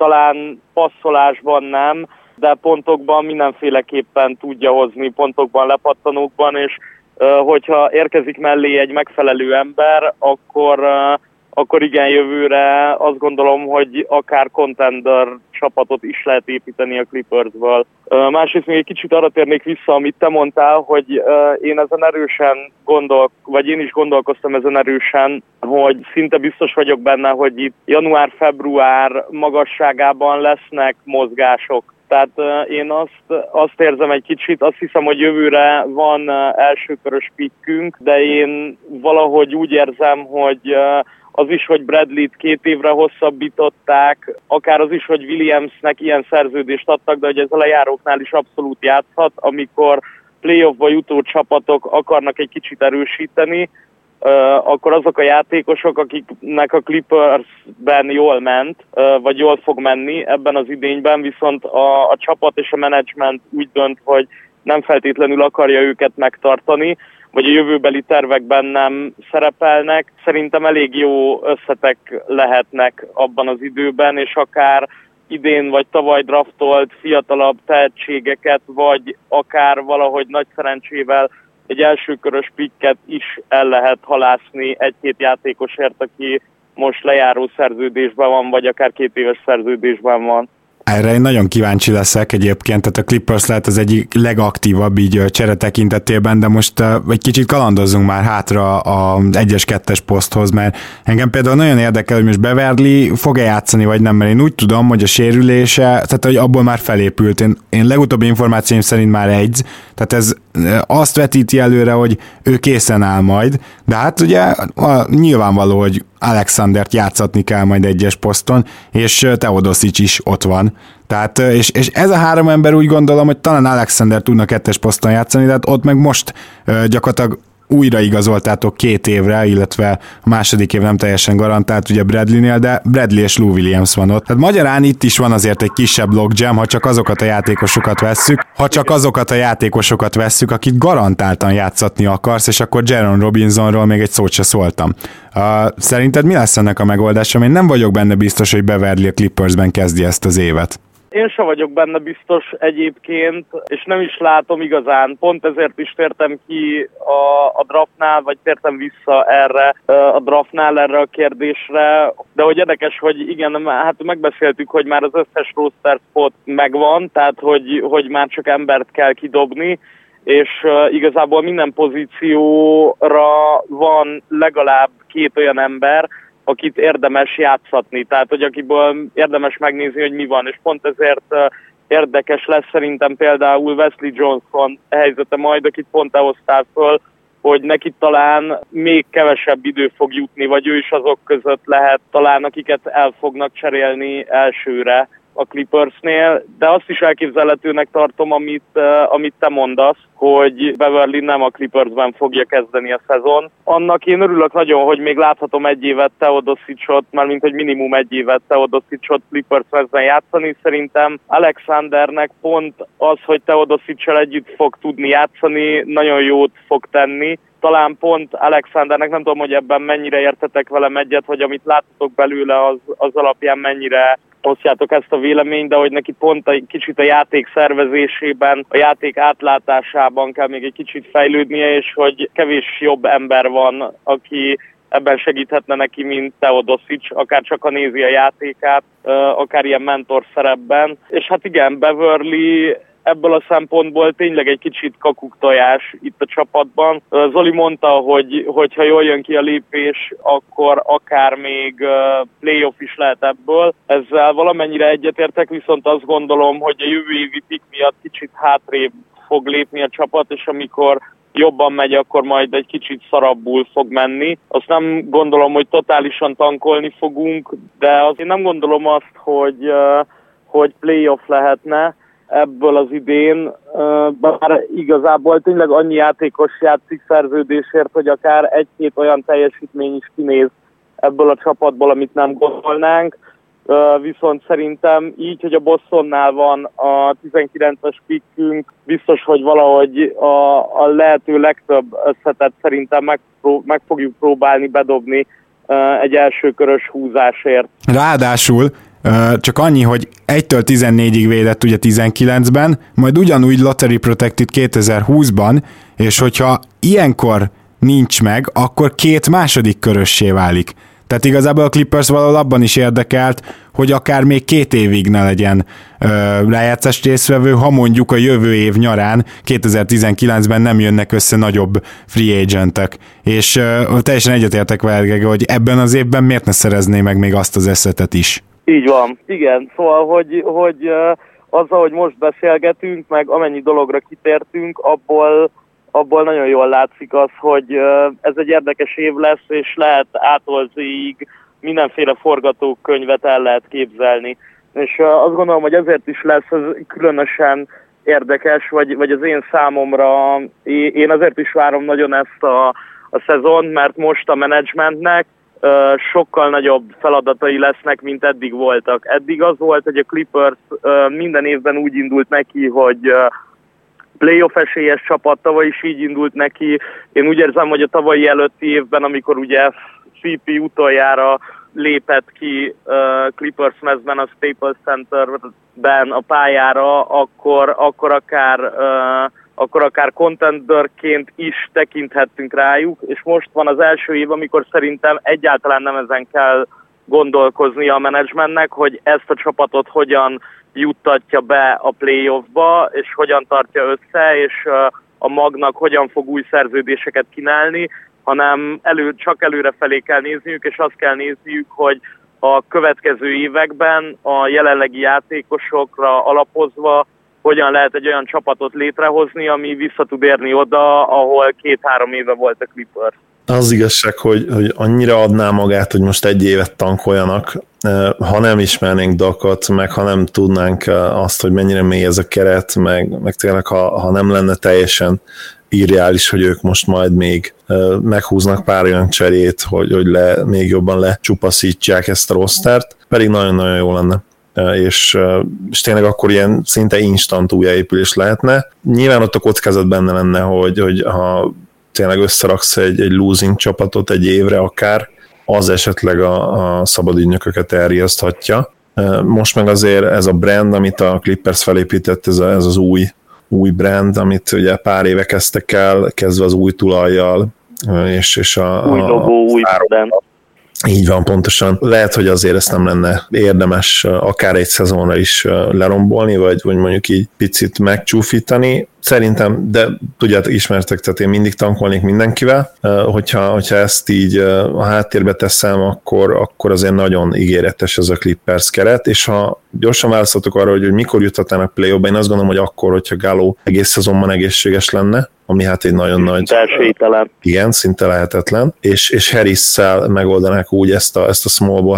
talán passzolásban nem, de pontokban mindenféleképpen tudja hozni, pontokban, lepattanókban, és hogyha érkezik mellé egy megfelelő ember, akkor igen, jövőre azt gondolom, hogy akár contender csapatot is lehet építeni a Clippersből. Másrészt még egy kicsit arra térnék vissza, amit te mondtál, hogy én ezen erősen én is gondolkoztam ezen erősen, hogy szinte biztos vagyok benne, hogy itt január-február magasságában lesznek mozgások. Tehát én azt érzem egy kicsit, azt hiszem, hogy jövőre van elsőkörös pickünk, de én valahogy úgy érzem, hogy az is, hogy Bradley-t 2 évre hosszabbították, akár az is, hogy Williamsnek ilyen szerződést adtak, de hogy ez a lejáróknál is abszolút játszhat, amikor playoffba jutó csapatok akarnak egy kicsit erősíteni, akkor azok a játékosok, akiknek a Clippersben jól ment, vagy jól fog menni ebben az idényben, viszont a csapat és a menedzsment úgy dönt, hogy nem feltétlenül akarja őket megtartani, vagy a jövőbeli tervekben nem szerepelnek. Szerintem elég jó összetek lehetnek abban az időben, és akár idén vagy tavaly draftolt fiatalabb tehetségeket, vagy akár valahogy nagy szerencsével egy elsőkörös picket is el lehet halászni egy-két játékosért, aki most lejáró szerződésben van, vagy akár 2 éves szerződésben van. Erre én nagyon kíváncsi leszek egyébként, tehát a Clippers lehet az egyik legaktívabb így csere tekintetében, de most egy kicsit kalandozzunk már hátra az 1-2-es poszthoz, mert engem például nagyon érdekel, hogy most Beverly fog-e játszani, vagy nem, mert én úgy tudom, hogy a sérülése, tehát hogy abból már felépült. Én legutóbbi információim szerint már edz, tehát ez azt vetíti előre, hogy ő készen áll majd, de hát ugye nyilvánvaló, hogy Alexandert játszatni kell majd 1-es poszton, és Teodosic is ott van. Tehát, és ez a 3 ember úgy gondolom, hogy talán Alexander tudna 2-es poszton játszani, tehát ott meg most gyakorlatilag újraigazoltátok 2 évre, illetve a második év nem teljesen garantált ugye Bradley-nél, de Bradley és Lou Williams van ott. Tehát magyarán itt is van azért egy kisebb logjam, ha csak azokat a játékosokat vesszük, akit garantáltan játszatni akarsz, és akkor Jaron Robinsonról még egy szót se szóltam. Szerinted mi lesz ennek a megoldása? Én nem vagyok benne biztos, hogy Beverly a Clippersben kezdi ezt az évet. Én sem vagyok benne biztos egyébként, és nem is látom igazán. Pont ezért is tértem ki a draftnál, vagy tértem vissza erre a draftnál, erre a kérdésre. De hogy érdekes, hogy igen, hát megbeszéltük, hogy már az összes roster spot megvan, tehát hogy már csak embert kell kidobni, és igazából minden pozícióra van legalább 2 olyan ember, akit érdemes játszatni, tehát hogy akiből érdemes megnézni, hogy mi van, és pont ezért érdekes lesz szerintem például Wesley Johnson helyzete majd, akit pont te hoztál föl, hogy neki talán még kevesebb idő fog jutni, vagy ő is azok között lehet talán, akiket el fognak cserélni elsőre a Clippersnél, de azt is elképzelhetőnek tartom, amit te mondasz, hogy Beverly nem a Clippersben fogja kezdeni a szezon. Annak én örülök nagyon, hogy még láthatom 1 évet Teodosicot, mármint hogy minimum 1 évet Teodosicot Clippers-ben játszani. Szerintem Alexandernek pont az, hogy Teodosiccel együtt fog tudni játszani, nagyon jót fog tenni. Talán pont Alexandernek, nem tudom, hogy ebben mennyire értetek velem egyet, vagy amit láttatok belőle, az alapján mennyire osztjátok ezt a véleményt, de hogy neki pont egy kicsit a játék szervezésében, a játék átlátásában kell még egy kicsit fejlődnie, és hogy kevés jobb ember van, aki ebben segíthetne neki, mint Teodosic, akár csak a nézi a játékát, akár ilyen mentor szerepben. És hát igen, Beverly ebből a szempontból tényleg egy kicsit kakuktojás itt a csapatban. Zoli mondta, hogy ha jól jön ki a lépés, akkor akár még playoff is lehet ebből. Ezzel valamennyire egyetértek, viszont azt gondolom, hogy a jövő évi pick miatt kicsit hátrébb fog lépni a csapat, és amikor jobban megy, akkor majd egy kicsit szarabbul fog menni. Azt nem gondolom, hogy totálisan tankolni fogunk, de azért nem gondolom azt, hogy playoff lehetne ebből az idén, bár igazából tényleg annyi játékos játszik szerződésért, hogy akár 1-2 olyan teljesítmény is kinéz ebből a csapatból, amit nem gondolnánk. Viszont szerintem így, hogy a Bostonnál van a 19-es pickünk, biztos, hogy valahogy a lehető legtöbb összetett szerintem meg fogjuk próbálni bedobni egy elsőkörös húzásért. Ráadásul csak annyi, hogy 1-től 14-ig védett ugye 19-ben, majd ugyanúgy Lottery Protected 2020-ban, és hogyha ilyenkor nincs meg, akkor 2 második körössé válik. Tehát igazából a Clippers valahol abban is érdekelt, hogy akár még 2 évig ne legyen rájátszás résztvevő, ha mondjuk a jövő év nyarán 2019-ben nem jönnek össze nagyobb free agentek. És teljesen egyetértek vele, Gege, hogy ebben az évben miért ne szerezné meg még azt az eszetet is. Így van, igen. Szóval, hogy azzal, hogy most beszélgetünk, meg amennyi dologra kitértünk, abból nagyon jól látszik az, hogy ez egy érdekes év lesz, és lehet A-tól Z-ig mindenféle forgatókönyvet el lehet képzelni. És azt gondolom, hogy ezért is lesz ez különösen érdekes, vagy az én számomra, én azért is várom nagyon ezt a szezont, mert most a menedzsmentnek sokkal nagyobb feladatai lesznek, mint eddig voltak. Eddig az volt, hogy a Clippers minden évben úgy indult neki, hogy playoff esélyes csapat, tavaly is így indult neki. Én úgy érzem, hogy a tavalyi előtti évben, amikor ugye CP utoljára lépett ki Clippers mezben a Staples Centerben a pályára, akkor akár contenderként is tekinthettünk rájuk, és most van az első év, amikor szerintem egyáltalán nem ezen kell gondolkozni a menedzsmentnek, hogy ezt a csapatot hogyan juttatja be a playoffba, és hogyan tartja össze, és a magnak hogyan fog új szerződéseket kínálni, hanem csak előrefelé kell nézniük, és azt kell nézniük, hogy a következő években a jelenlegi játékosokra alapozva hogyan lehet egy olyan csapatot létrehozni, ami vissza tud érni oda, ahol 2-3 éve volt a Clippers. Az igazság, hogy annyira adná magát, hogy most 1 évet tankoljanak, ha nem ismernénk Dakot, meg ha nem tudnánk azt, hogy mennyire mély ez a keret, meg tényleg ha nem lenne teljesen irreális, hogy ők most majd még meghúznak pár olyan cserét, hogy még jobban lecsupaszítsák ezt a rostert, pedig nagyon-nagyon jó lenne. És tényleg akkor ilyen szinte instant újjáépülés lehetne. Nyilván ott a kockázat benne lenne, hogy ha tényleg összeraksz egy losing csapatot egy évre akár, az esetleg a szabad ügynököket elriaszthatja. Most meg azért ez a brand, amit a Clippers felépített, ez az új brand, amit ugye pár éve kezdtek el, kezdve az új tulajjal, és új logó, új brand. Így van, pontosan. Lehet, hogy azért ezt nem lenne érdemes akár egy szezonra is lerombolni, vagy mondjuk így picit megcsúfítani. Szerintem, de tudjátok, ismertek, tehát én mindig tankolnék mindenkivel, hogyha ezt így a háttérbe teszem, akkor azért nagyon ígéretes ez a Clippers keret, és ha gyorsan válaszoltok arra, hogy mikor juthatnának play-offba, én azt gondolom, hogy akkor, hogyha Gallo egész szezonban egészséges lenne, ami hát egy nagyon nagy... Esélytelen. Igen, szinte lehetetlen, és Harris-szel megoldanák úgy ezt a smallból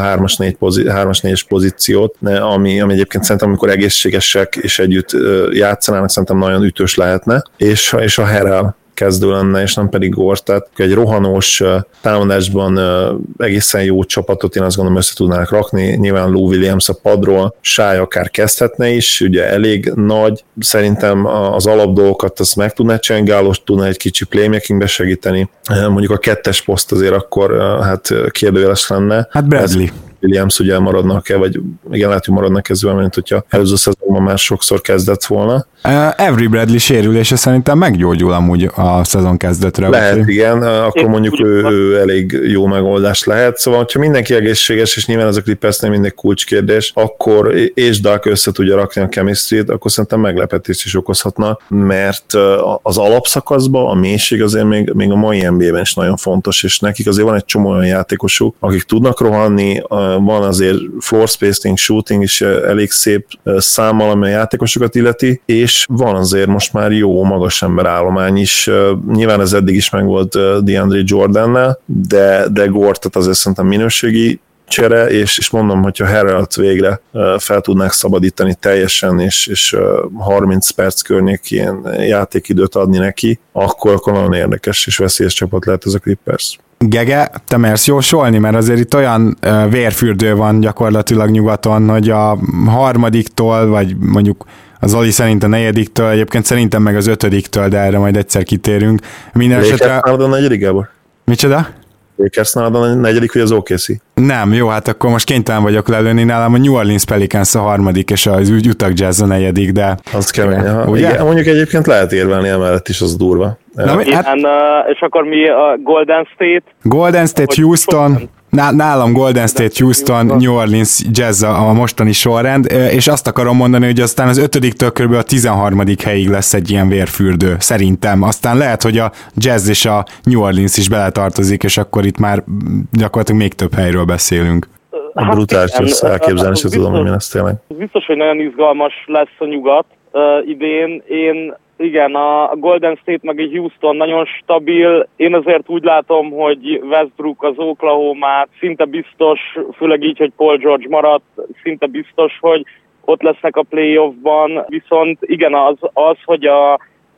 3-4-es pozíciót, ami egyébként szerintem, amikor egészségesek és együtt játszanának, szerintem nagyon ütős lehetne, és a Harrell kezdő lenne, és nem pedig Gore, tehát egy rohanós támadásban egészen jó csapatot én azt gondolom össze tudnának rakni, nyilván Lou Williams a padról, Shai akár kezdhetne is, ugye elég nagy, szerintem az alapdolgokat azt meg tudná csinálni, Gallo tudna egy kicsi playmakingbe segíteni, mondjuk a 2-es poszt azért akkor hát kérdőjeles lenne. Hát Bradley. Williams ugye maradnak-e, vagy igen, lehet, hogy maradnak ezzel, mint hogyha előző szezonban már sokszor kezdett volna. Avery Bradley sérülése szerintem meggyógyul amúgy a szezon kezdetre. Lehet, úgy, igen, akkor mondjuk ő elég jó megoldás lehet. Szóval, hogyha mindenki egészséges, és nyilván ez a Clippersnél mindig kulcskérdés, akkor és Duck össze tudja rakni a chemistry-t, akkor szerintem meglepetést is okozhatna, mert az alapszakaszban a mélység azért még a mai NBA-ben is nagyon fontos, és nekik azért van egy csomó olyan játékosuk, akik tudnak rohanni, van azért floor spacing, shooting is elég szép számmal, ami a játékosokat illeti, és van azért most már jó magas emberállomány is. Nyilván ez eddig is megvolt DeAndre Jordannel, de Gortat azért szerintem minőségi csere, és mondom, hogyha Harrellt végre fel tudnák szabadítani teljesen, és 30 perc környékén játékidőt adni neki, akkor nagyon érdekes és veszélyes csapat lehet ez a Clippers. Gege, te mersz jósolni, mert azért itt olyan vérfürdő van gyakorlatilag nyugaton, hogy a harmadiktól, vagy mondjuk az Zoli szerint a 4-től, egyébként szerintem meg az 5-től, de erre majd egyszer kitérünk. Minden esetre... a 4. Gábor? Micsoda? Lakers nálad a negyedik, vagy az OKC? Nem, jó, hát akkor most kénytelen vagyok lelőni, nálam a New Orleans Pelicans a harmadik, és az Utah Jazz a negyedik, de... Az kemény, igen, mondjuk egyébként lehet érvelni emellett is, az durva. Na, és akkor mi a Golden State? Golden State, Houston... Nálam Golden State, Houston, New Orleans Jazz a mostani sorrend, és azt akarom mondani, hogy aztán az 5-től kb. A 13. helyig lesz egy ilyen vérfürdő, szerintem. Aztán lehet, hogy a Jazz és a New Orleans is beletartozik, és akkor itt már gyakorlatilag még több helyről beszélünk. Brutális, ezt elképzelni sem tudom, hogy mi lesz tényleg. Biztos, hogy nagyon izgalmas lesz a nyugat idén. Igen, a Golden State meg a Houston nagyon stabil. Én azért úgy látom, hogy Westbrook az Oklahomát szinte biztos, főleg így, hogy Paul George maradt, szinte biztos, hogy ott lesznek a playoffban. Viszont igen, az hogy a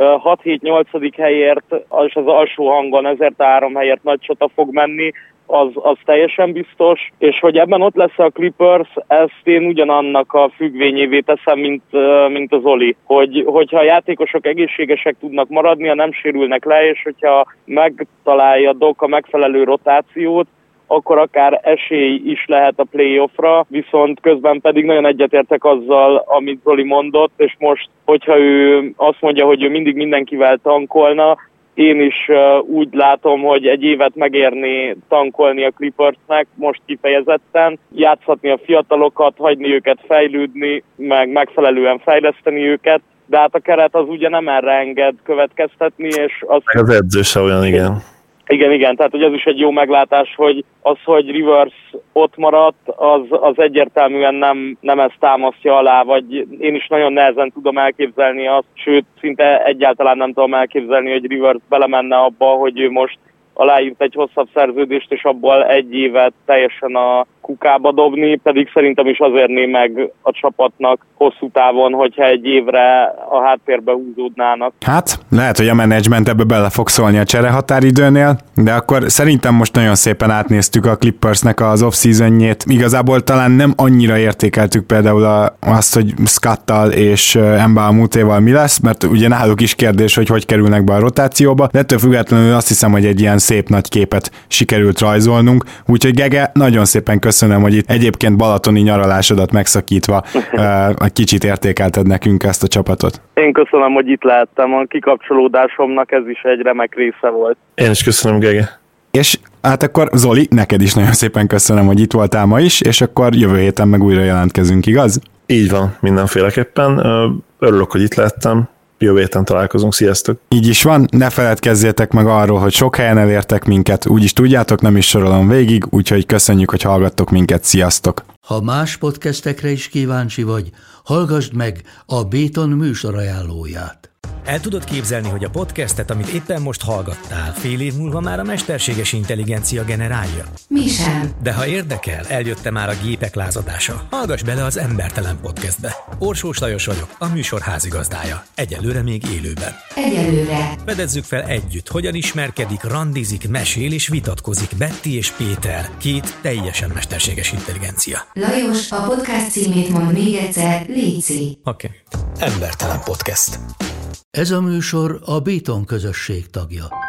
6-7-8. helyért, és az alsó hangon 1003 helyért nagy csata fog menni, az teljesen biztos, és hogy ebben ott lesz a Clippers, ezt én ugyanannak a függvényévé teszem, mint az Oli, hogyha a játékosok egészségesek tudnak maradni, ha nem sérülnek le, és hogyha megtalálja Doc a megfelelő rotációt, akkor akár esély is lehet a playoffra, viszont közben pedig nagyon egyetértek azzal, amit Zoli mondott, és most, hogyha ő azt mondja, hogy ő mindig mindenkivel tankolna, én is úgy látom, hogy egy évet megérni tankolni a Clippersnek, most kifejezetten, játszhatni a fiatalokat, hagyni őket fejlődni, meg megfelelően fejleszteni őket, de hát a keret az ugye nem erre enged következtetni, és az edző se olyan, igen. Igen, tehát hogy ez is egy jó meglátás, hogy az, hogy Rivers ott maradt, az egyértelműen nem ezt támasztja alá, vagy én is nagyon nehezen tudom elképzelni azt, sőt, szinte egyáltalán nem tudom elképzelni, hogy Rivers belemenne abba, hogy ő most aláírt egy hosszabb szerződést, és abból egy évet teljesen a kukába dobni, pedig szerintem is az érné meg a csapatnak hosszú távon, hogyha egy évre a háttérbe húzódnának. Hát, lehet, hogy a menedzsment ebbe bele fog szólni a cserehatáridőnél, de akkor szerintem most nagyon szépen átnéztük a Clippersnek az off-seasonjét. Igazából talán nem annyira értékeltük például azt, hogy Scottal és Mbá Mutéval mi lesz, mert ugye náluk is kérdés, hogy kerülnek be a rotációba, de ettől függetlenül azt hiszem, hogy egy ilyen szép nagy képet sikerült rajzolnunk, úgyhogy Gege, nagyon szépen köszönöm, hogy itt egyébként balatoni nyaralásodat megszakítva egy kicsit értékelted nekünk ezt a csapatot. Én köszönöm, hogy itt lehettem, a kikapcsolódásomnak ez is egy remek része volt. Én is köszönöm, Gege. És hát akkor Zoli, neked is nagyon szépen köszönöm, hogy itt voltál ma is, és akkor jövő héten meg újra jelentkezünk, igaz? Így van, mindenféleképpen. Örülök, hogy itt lehettem. Jövő héten találkozunk, sziasztok! Így is van, ne feledkezzétek meg arról, hogy sok helyen elértek minket, úgyis tudjátok, nem is sorolom végig, úgyhogy köszönjük, hogy hallgattok minket, sziasztok! Ha más podcastekre is kíváncsi vagy, hallgassd meg a Béton műsor ajánlóját. El tudod képzelni, hogy a podcastet, amit éppen most hallgattál, fél év múlva már a mesterséges intelligencia generálja? Mi sem. De ha érdekel, eljött már a gépek lázadása. Hallgass bele az Embertelen Podcastbe. Orsós Lajos vagyok, a műsor házigazdája. Egyelőre még élőben. Egyelőre. Fedezzük fel együtt, hogyan ismerkedik, randizik, mesél és vitatkozik Betty és Péter, két teljesen mesterséges intelligencia. Lajos, a podcast címét mond még egyszer, léci. Oké. Embertelen Podcast. Ez a műsor a Béton közösség tagja.